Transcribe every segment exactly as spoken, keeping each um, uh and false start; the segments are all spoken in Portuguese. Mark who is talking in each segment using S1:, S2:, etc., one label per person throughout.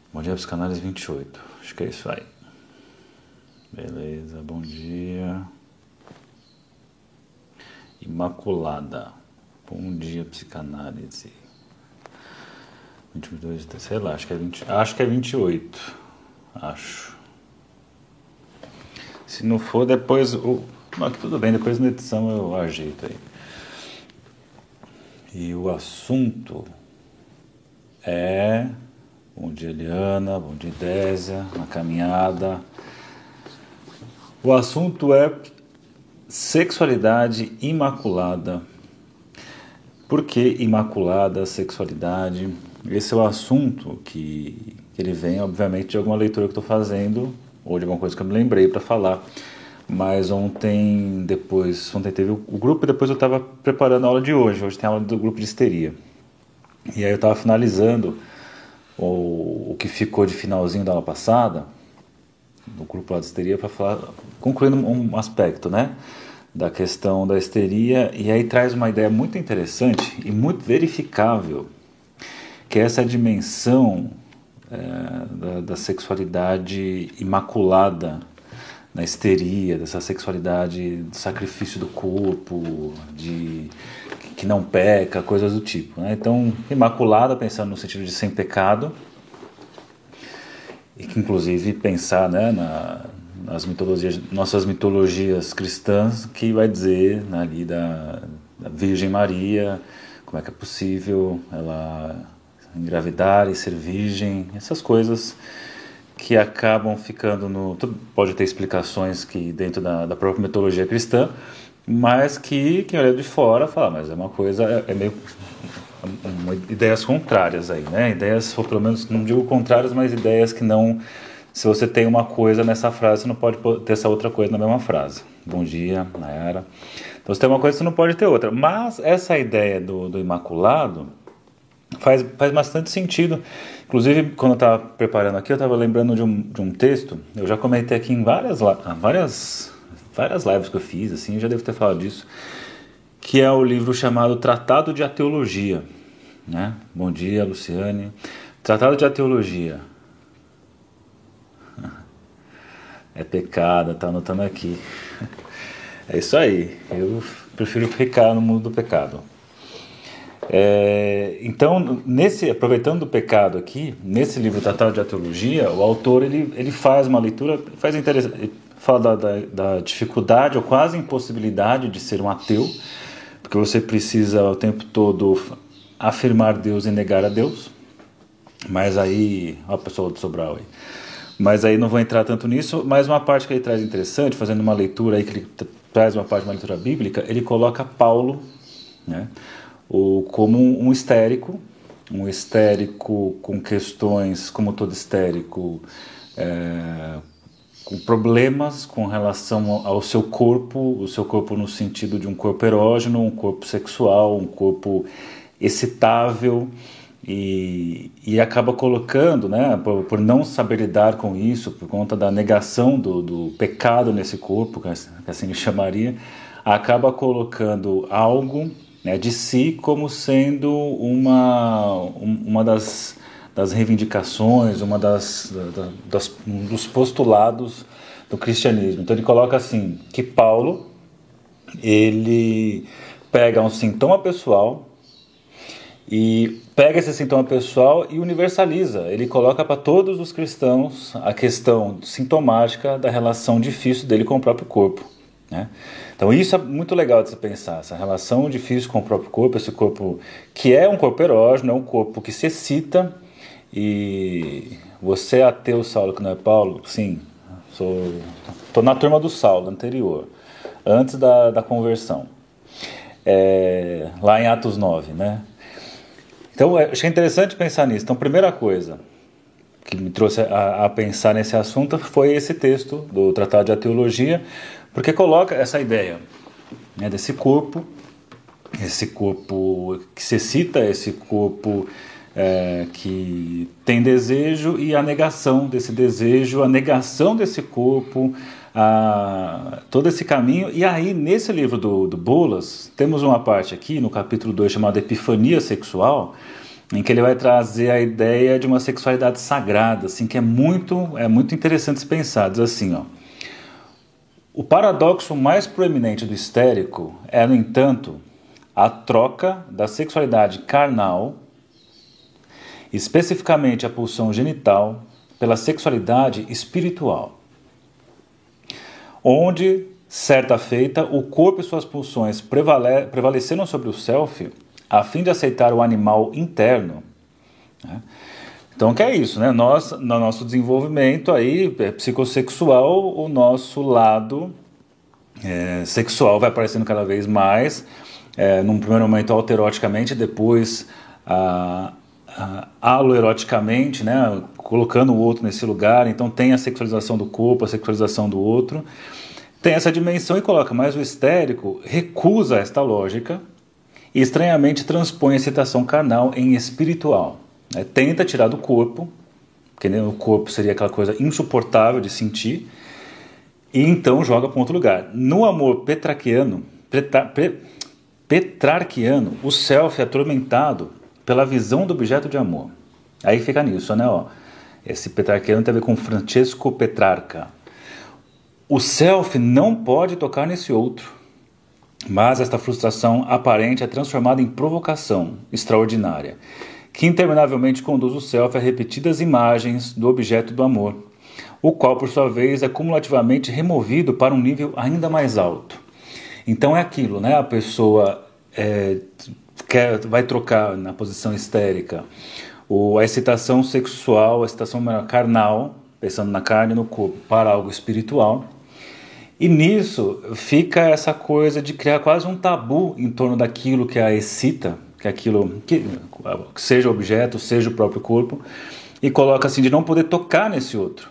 S1: Bom dia, Psicanálise vinte e oito. Acho que é isso aí. Beleza, bom dia. Imaculada. Bom dia, Psicanálise. vinte e dois, sei lá, acho que é vinte, acho que é vinte e oito. Acho. Se não for, depois... O, não, tudo bem, depois na edição eu ajeito aí. E o assunto é... Bom dia, Eliana. Bom dia, Désia. Uma caminhada. O assunto é sexualidade imaculada. Por que imaculada, sexualidade? Esse é o assunto que, que ele vem, obviamente, de alguma leitura que estou fazendo, ou de alguma coisa que eu me lembrei para falar. Mas ontem, depois, ontem teve o, o grupo e depois eu estava preparando a aula de hoje. Hoje tem a aula do grupo de histeria. E aí eu estava finalizando o, o que ficou de finalzinho da aula passada, no grupo lá de histeria, para falar, concluindo um aspecto, né, da questão da histeria, e aí traz uma ideia muito interessante e muito verificável, que é essa dimensão é, da, da sexualidade imaculada na histeria, dessa sexualidade do sacrifício do corpo, de que não peca, coisas do tipo, né? Então, imaculada, pensando no sentido de sem pecado, e que inclusive pensar, né, na, nas mitologias, nossas mitologias cristãs, que vai dizer, né, ali da, da Virgem Maria, como é que é possível ela engravidar e ser virgem, essas coisas que acabam ficando no... Pode ter explicações que dentro da, da própria mitologia cristã, mas que quem olha de fora fala, mas é uma coisa, é, é meio... Uma, ideias contrárias aí, né? Ideias, ou pelo menos, não digo contrárias, mas ideias que não... Se você tem uma coisa nessa frase, você não pode ter essa outra coisa na mesma frase. Bom dia, Nayara. Então, se tem uma coisa, você não pode ter outra. Mas essa ideia do, do Imaculado faz, faz bastante sentido. Inclusive, quando eu estava preparando aqui, eu estava lembrando de um, de um texto, eu já comentei aqui em várias, várias, várias lives que eu fiz, assim, já devo ter falado disso, que é o livro chamado Tratado de Ateologia, né? Bom dia, Luciane. Tratado de Ateologia. É pecado, tá anotando aqui. É isso aí, eu prefiro pecar no mundo do pecado. É, então, nesse, aproveitando do pecado aqui, nesse livro Tratado de Ateologia, o autor ele, ele faz uma leitura, faz interessante, ele fala da, da, da dificuldade ou quase impossibilidade de ser um ateu, porque você precisa o tempo todo afirmar Deus e negar a Deus. Mas aí, ó a pessoa do Sobral aí. Mas aí não vou entrar tanto nisso, mas uma parte que ele traz interessante, fazendo uma leitura aí, que ele traz uma parte de uma leitura bíblica, ele coloca Paulo, né, o, como um histérico, um histérico com questões, como todo histérico, é, com problemas com relação ao seu corpo, o seu corpo no sentido de um corpo erógeno, um corpo sexual, um corpo excitável, e, e acaba colocando, né, por, por não saber lidar com isso, por conta da negação do, do pecado nesse corpo, que assim ele chamaria, acaba colocando algo, né, de si como sendo uma, uma das... das reivindicações, uma das, das, um dos postulados do cristianismo. Então ele coloca assim, que Paulo, ele pega um sintoma pessoal e pega esse sintoma pessoal e universaliza. Ele coloca para todos os cristãos a questão sintomática da relação difícil dele com o próprio corpo, né? Então isso é muito legal de se pensar, essa relação difícil com o próprio corpo, esse corpo que é um corpo erógeno, é um corpo que se excita. E você é ateu, Saulo, que não é Paulo? Sim, sou, tô na turma do Saulo, anterior, antes da, da conversão, é, lá em Atos nove, né? Então, achei interessante pensar nisso. Então, primeira coisa que me trouxe a, a pensar nesse assunto foi esse texto do Tratado de Ateologia, porque coloca essa ideia, né, desse corpo, esse corpo que se excita, esse corpo... É, que tem desejo e a negação desse desejo, a negação desse corpo, a, todo esse caminho. E aí, nesse livro do, do Bolas, temos uma parte aqui, no capítulo dois, chamada Epifania Sexual, em que ele vai trazer a ideia de uma sexualidade sagrada, assim, que é muito, é muito interessante se pensar. Diz assim, ó, o paradoxo mais proeminente do histérico é, no entanto, a troca da sexualidade carnal, especificamente a pulsão genital, pela sexualidade espiritual, onde, certa feita, o corpo e suas pulsões prevale- prevaleceram sobre o self a fim de aceitar o animal interno. Né? Então, que é isso, né? Nós, no nosso desenvolvimento aí, é, psicossexual, o nosso lado é, sexual vai aparecendo cada vez mais, é, num primeiro momento autoeroticamente, depois a, a, aloeroticamente, né? Colocando o outro nesse lugar. Então tem a sexualização do corpo, a sexualização do outro, tem essa dimensão e coloca, mas o histérico recusa esta lógica e estranhamente transpõe a excitação carnal em espiritual. Né? Tenta tirar do corpo, porque o corpo seria aquela coisa insuportável de sentir, e então joga para outro lugar. No amor petrarquiano, petra, pe, petrarquiano, o self é atormentado pela visão do objeto de amor. Aí fica nisso, né? Ó, esse petrarquiano tem a ver com Francesco Petrarca. O self não pode tocar nesse outro, mas esta frustração aparente é transformada em provocação extraordinária, que interminavelmente conduz o self a repetidas imagens do objeto do amor, o qual, por sua vez, é cumulativamente removido para um nível ainda mais alto. Então é aquilo, né? A pessoa é, quer, vai trocar na posição histérica o, a excitação sexual, a excitação carnal, pensando na carne e no corpo, para algo espiritual. E nisso fica essa coisa de criar quase um tabu em torno daquilo que a excita, que aquilo que, que seja o objeto, seja o próprio corpo, e coloca assim de não poder tocar nesse outro.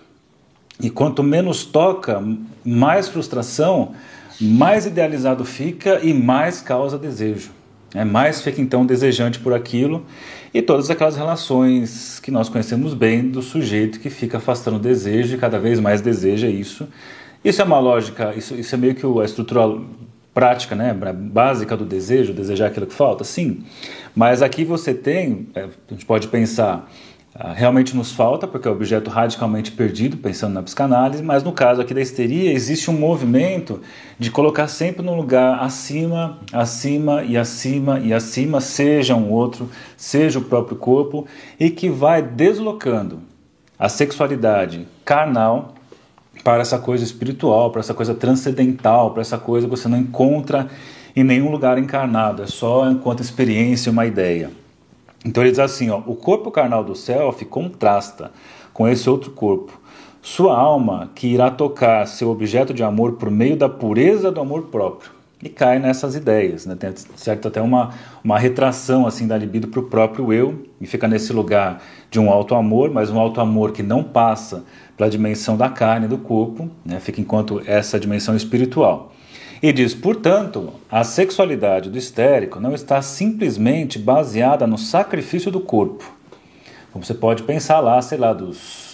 S1: E quanto menos toca, mais frustração, mais idealizado fica e mais causa desejo. É, mais fica então desejante por aquilo, e todas aquelas relações que nós conhecemos bem do sujeito que fica afastando o desejo e cada vez mais deseja isso. Isso é uma lógica, isso, isso é meio que a estrutura prática, né, básica do desejo, desejar aquilo que falta, sim. Mas aqui você tem, a gente pode pensar, realmente nos falta, porque é um objeto radicalmente perdido, pensando na psicanálise, mas no caso aqui da histeria, existe um movimento de colocar sempre num lugar acima, acima e acima e acima, seja um outro, seja o próprio corpo, e que vai deslocando a sexualidade carnal para essa coisa espiritual, para essa coisa transcendental, para essa coisa que você não encontra em nenhum lugar encarnado, é só enquanto experiência, uma ideia. Então ele diz assim, ó, o corpo carnal do self contrasta com esse outro corpo. Sua alma que irá tocar seu objeto de amor por meio da pureza do amor próprio. E cai nessas ideias, né? Tem certo, até uma, uma retração assim, da libido para o próprio eu, e fica nesse lugar de um auto-amor, mas um auto-amor que não passa pela dimensão da carne e do corpo, né? Fica enquanto essa dimensão espiritual. E diz, portanto, a sexualidade do histérico não está simplesmente baseada no sacrifício do corpo. Como você pode pensar lá, sei lá, dos,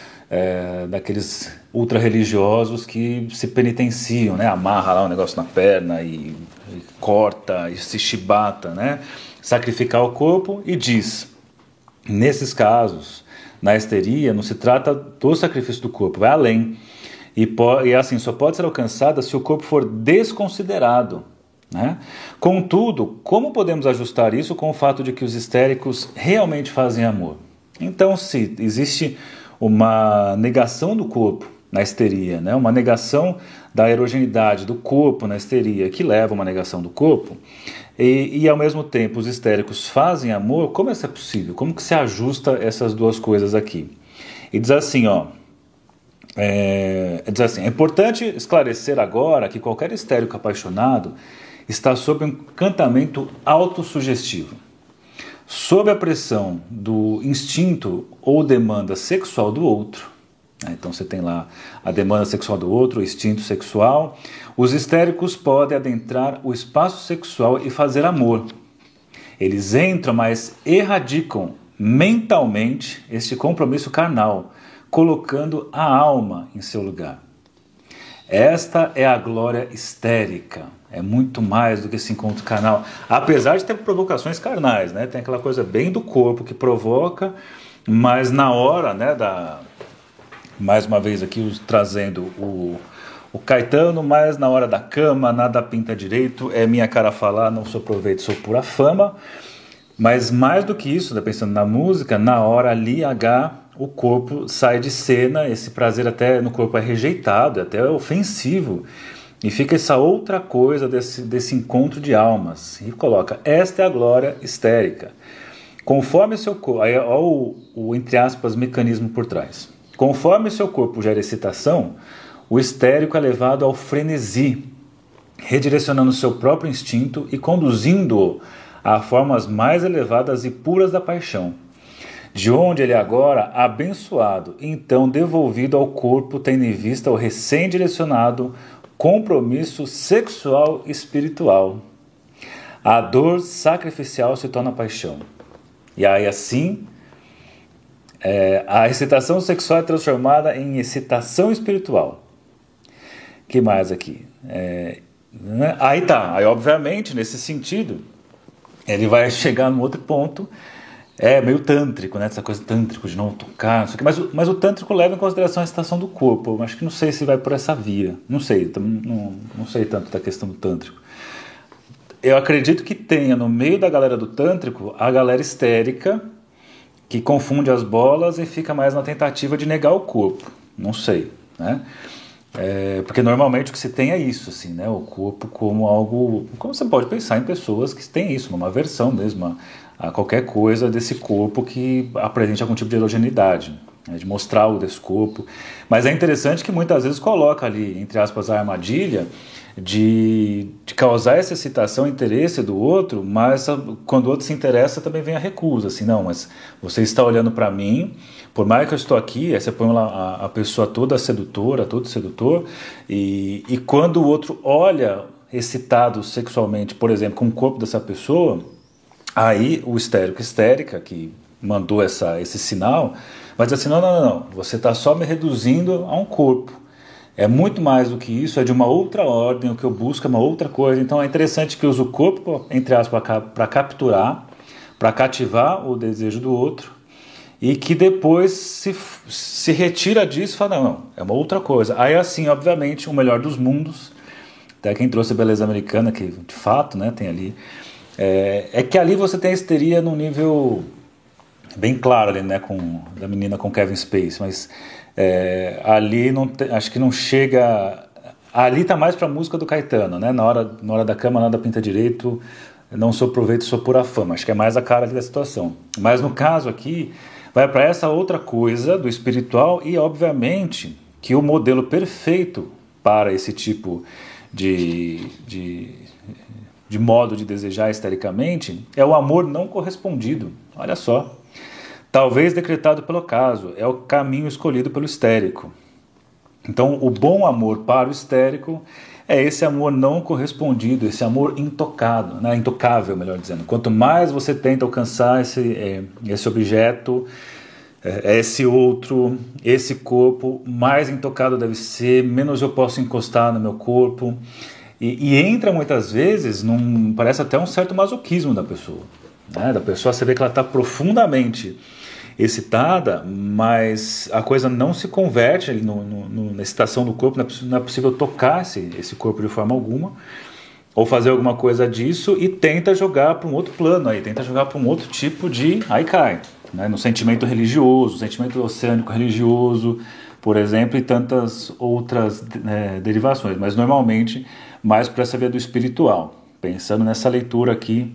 S1: é, daqueles ultra-religiosos que se penitenciam, né? Amarra lá um negócio na perna e, e corta e se chibata, né? Sacrificar o corpo, e diz, nesses casos, na histeria, não se trata do sacrifício do corpo, vai além. E, e assim, só pode ser alcançada se o corpo for desconsiderado. Né? Contudo, como podemos ajustar isso com o fato de que os histéricos realmente fazem amor? Então, se existe uma negação do corpo na histeria, né? Uma negação da erogenidade do corpo na histeria, que leva a uma negação do corpo, e, e ao mesmo tempo os histéricos fazem amor, como isso é possível? Como que se ajusta essas duas coisas aqui? E diz assim, ó, É, diz assim, é importante esclarecer agora que qualquer histérico apaixonado está sob um encantamento autossugestivo. Sob a pressão do instinto ou demanda sexual do outro, né? Então você tem lá a demanda sexual do outro, o instinto sexual, os histéricos podem adentrar o espaço sexual e fazer amor. Eles entram, mas erradicam mentalmente este compromisso carnal, colocando a alma em seu lugar. Esta é a glória histérica. É muito mais do que esse encontro carnal. Apesar de ter provocações carnais, né? Tem aquela coisa bem do corpo que provoca, mas na hora, né, da... mais uma vez aqui trazendo o, o Caetano, mas na hora da cama, nada pinta direito, é minha cara falar, não sou proveito, sou pura fama. Mas mais do que isso, né, pensando na música, na hora ali, H, o corpo sai de cena, esse prazer até no corpo é rejeitado, é até ofensivo. E fica essa outra coisa desse, desse encontro de almas. E coloca, esta é a glória histérica. Conforme seu corpo, aí olha o, o, entre aspas, mecanismo por trás. Conforme seu corpo gera excitação, o histérico é levado ao frenesi, redirecionando seu próprio instinto e conduzindo-o a formas mais elevadas e puras da paixão, de onde ele é agora abençoado, então devolvido ao corpo, tendo em vista o recém-direcionado compromisso sexual e espiritual. A dor sacrificial se torna paixão. E aí assim, é, a excitação sexual é transformada em excitação espiritual. Que mais aqui? É, né? Aí tá, aí obviamente nesse sentido, ele vai chegar num outro ponto, é meio tântrico, né? Essa coisa tântrico de não tocar, não sei o que. Mas, mas o tântrico leva em consideração a excitação do corpo. Eu acho que não sei se vai por essa via. Não sei, não, não sei tanto da questão do tântrico. Eu acredito que tenha no meio da galera do tântrico a galera histérica que confunde as bolas e fica mais na tentativa de negar o corpo. Não sei, né? É, porque normalmente o que se tem é isso, assim, né? O corpo como algo... Como você pode pensar em pessoas que têm isso, uma aversão mesmo a, a qualquer coisa desse corpo que apresente algum tipo de erogenidade, né? De mostrar o desse corpo. Mas é interessante que muitas vezes coloca ali, entre aspas, a armadilha de, de causar essa excitação, interesse do outro, mas quando o outro se interessa também vem a recusa, assim, não, mas você está olhando para mim, por mais que eu estou aqui, aí você põe lá a, a pessoa toda sedutora, todo sedutor, e, e quando o outro olha excitado sexualmente, por exemplo, com o corpo dessa pessoa, aí o histérico, histérica, que mandou essa, esse sinal, vai dizer assim, não, não, não, não, você está só me reduzindo a um corpo. É muito mais do que isso, é de uma outra ordem, o que eu busco é uma outra coisa. Então é interessante que use o corpo, entre aspas, para capturar, para cativar o desejo do outro, e que depois se, se retira disso e fala, não, não, é uma outra coisa. Aí assim, obviamente, o melhor dos mundos, até quem trouxe a beleza americana, que de fato, né, tem ali, é, é que ali você tem a histeria num nível bem claro ali, né, com, da menina com Kevin Spacey, mas... É, ali não te, acho que não chega, ali tá mais pra música do Caetano, né? Na hora, na hora da cama nada pinta direito, não sou proveito, sou pura fama, acho que é mais a cara ali da situação. Mas no caso aqui vai para essa outra coisa do espiritual, e obviamente que o modelo perfeito para esse tipo de, de, de modo de desejar histericamente é o amor não correspondido. Olha só, talvez decretado pelo caso, é o caminho escolhido pelo histérico. Então, o bom amor para o histérico é esse amor não correspondido, esse amor intocado, né? Intocável, melhor dizendo. Quanto mais você tenta alcançar esse, é, esse objeto, é, esse outro, esse corpo, mais intocado deve ser, menos eu posso encostar no meu corpo. E, e entra muitas vezes, num, parece até um certo masoquismo da pessoa. Né? Da pessoa, você vê que ela está profundamente excitada, mas a coisa não se converte no, no, na excitação do corpo, não é possível, não é possível tocar esse, esse corpo de forma alguma, ou fazer alguma coisa disso, e tenta jogar para um outro plano, aí, tenta jogar para um outro tipo de... Aí cai, né, no sentimento religioso, sentimento oceânico religioso, por exemplo, e tantas outras é, derivações, mas normalmente mais para essa via do espiritual, pensando nessa leitura aqui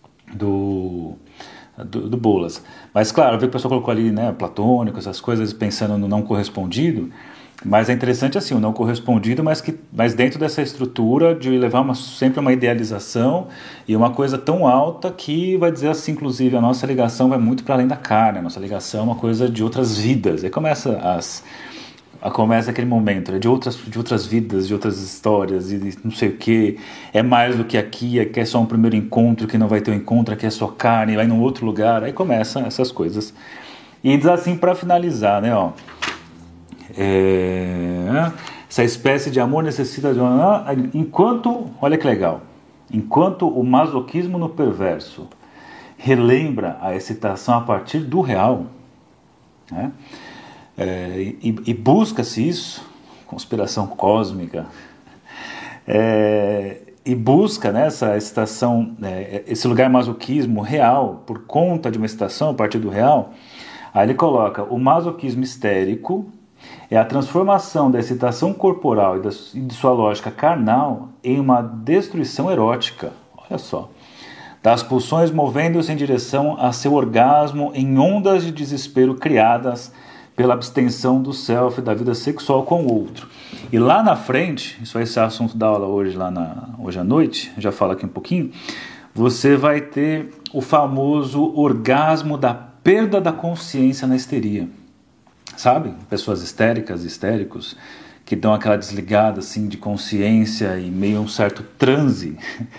S1: do... Do, do Bolas. Mas claro, eu vi que o pessoal colocou ali, né, platônico, essas coisas, pensando no não correspondido, mas é interessante assim, o não correspondido, mas, que, mas dentro dessa estrutura de levar uma, sempre uma idealização e uma coisa tão alta que vai dizer assim, inclusive, a nossa ligação vai muito para além da carne, a nossa ligação é uma coisa de outras vidas. Aí começa as... começa aquele momento, né, de, outras, de outras vidas, de outras histórias, e não sei o que, é mais do que aqui, aqui é só um primeiro encontro, que não vai ter um encontro, aqui é só carne, vai num outro lugar, aí começam essas coisas. E diz assim, para finalizar, né, ó, é, Essa espécie de amor necessita de uma... Enquanto, olha que legal, enquanto o masoquismo no perverso relembra a excitação a partir do real, né? É, e, e busca-se isso, conspiração cósmica, é, e busca, né, essa excitação, é, esse lugar masoquismo real, por conta de uma excitação a partir do real. Aí ele coloca: o masoquismo histérico é a transformação da excitação corporal e, da, e de sua lógica carnal em uma destruição erótica. Olha só. Das pulsões movendo-se em direção a seu orgasmo em ondas de desespero criadas pela abstenção do self, da vida sexual com o outro. E lá na frente, isso vai ser assunto da aula hoje, lá na, hoje à noite, já falo aqui um pouquinho, você vai ter o famoso orgasmo da perda da consciência na histeria. Sabe? Pessoas histéricas, histéricos, que dão aquela desligada assim, de consciência e meio um certo transe.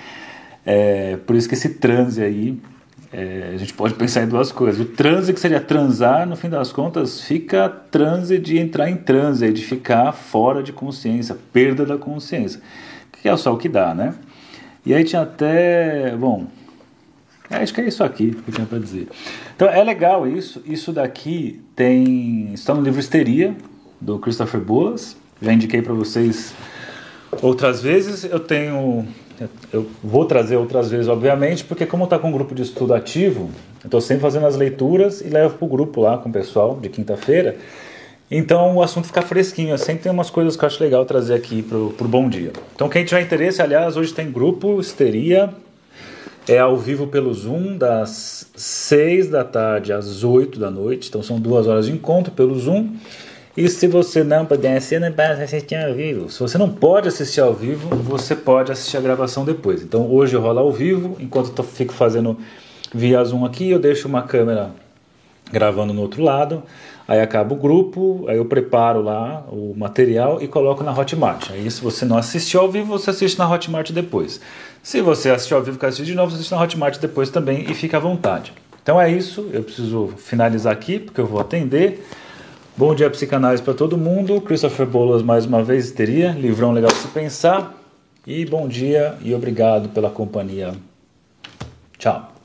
S1: É, por isso que esse transe aí, é, a gente pode pensar em duas coisas. O transe, que seria transar, no fim das contas, fica transe de entrar em transe, de ficar fora de consciência, perda da consciência, que é só o que dá, né? E aí tinha até, bom, acho que é isso aqui que eu tinha para dizer. Então é legal isso, isso daqui tem, está no livro Histeria, do Christopher Boas, já indiquei para vocês outras vezes. Eu tenho, eu vou trazer outras vezes, obviamente, porque como está com um grupo de estudo ativo, eu estou sempre fazendo as leituras e levo para o grupo lá com o pessoal de quinta-feira, então o assunto fica fresquinho. Eu sempre tem umas coisas que eu acho legal trazer aqui para o Bom Dia. Então quem tiver interesse, aliás, hoje tem grupo Histeria, é ao vivo pelo Zoom, das seis da tarde às oito da noite, então são duas horas de encontro pelo Zoom. E se você não puder, você não pode assistir ao vivo. Se você não pode assistir ao vivo, você pode assistir a gravação depois. Então hoje rola ao vivo, enquanto eu fico fazendo via Zoom aqui, eu deixo uma câmera gravando no outro lado, aí acaba o grupo, aí eu preparo lá o material e coloco na Hotmart. Aí se você não assistiu ao vivo, você assiste na Hotmart depois. Se você assistiu ao vivo e quer assistir de novo, você assiste na Hotmart depois também e fica à vontade. Então é isso, eu preciso finalizar aqui porque eu vou atender. Bom dia, psicanálise para todo mundo. Christopher Bolas mais uma vez, Histeria, livrão legal de se pensar. E bom dia e obrigado pela companhia. Tchau.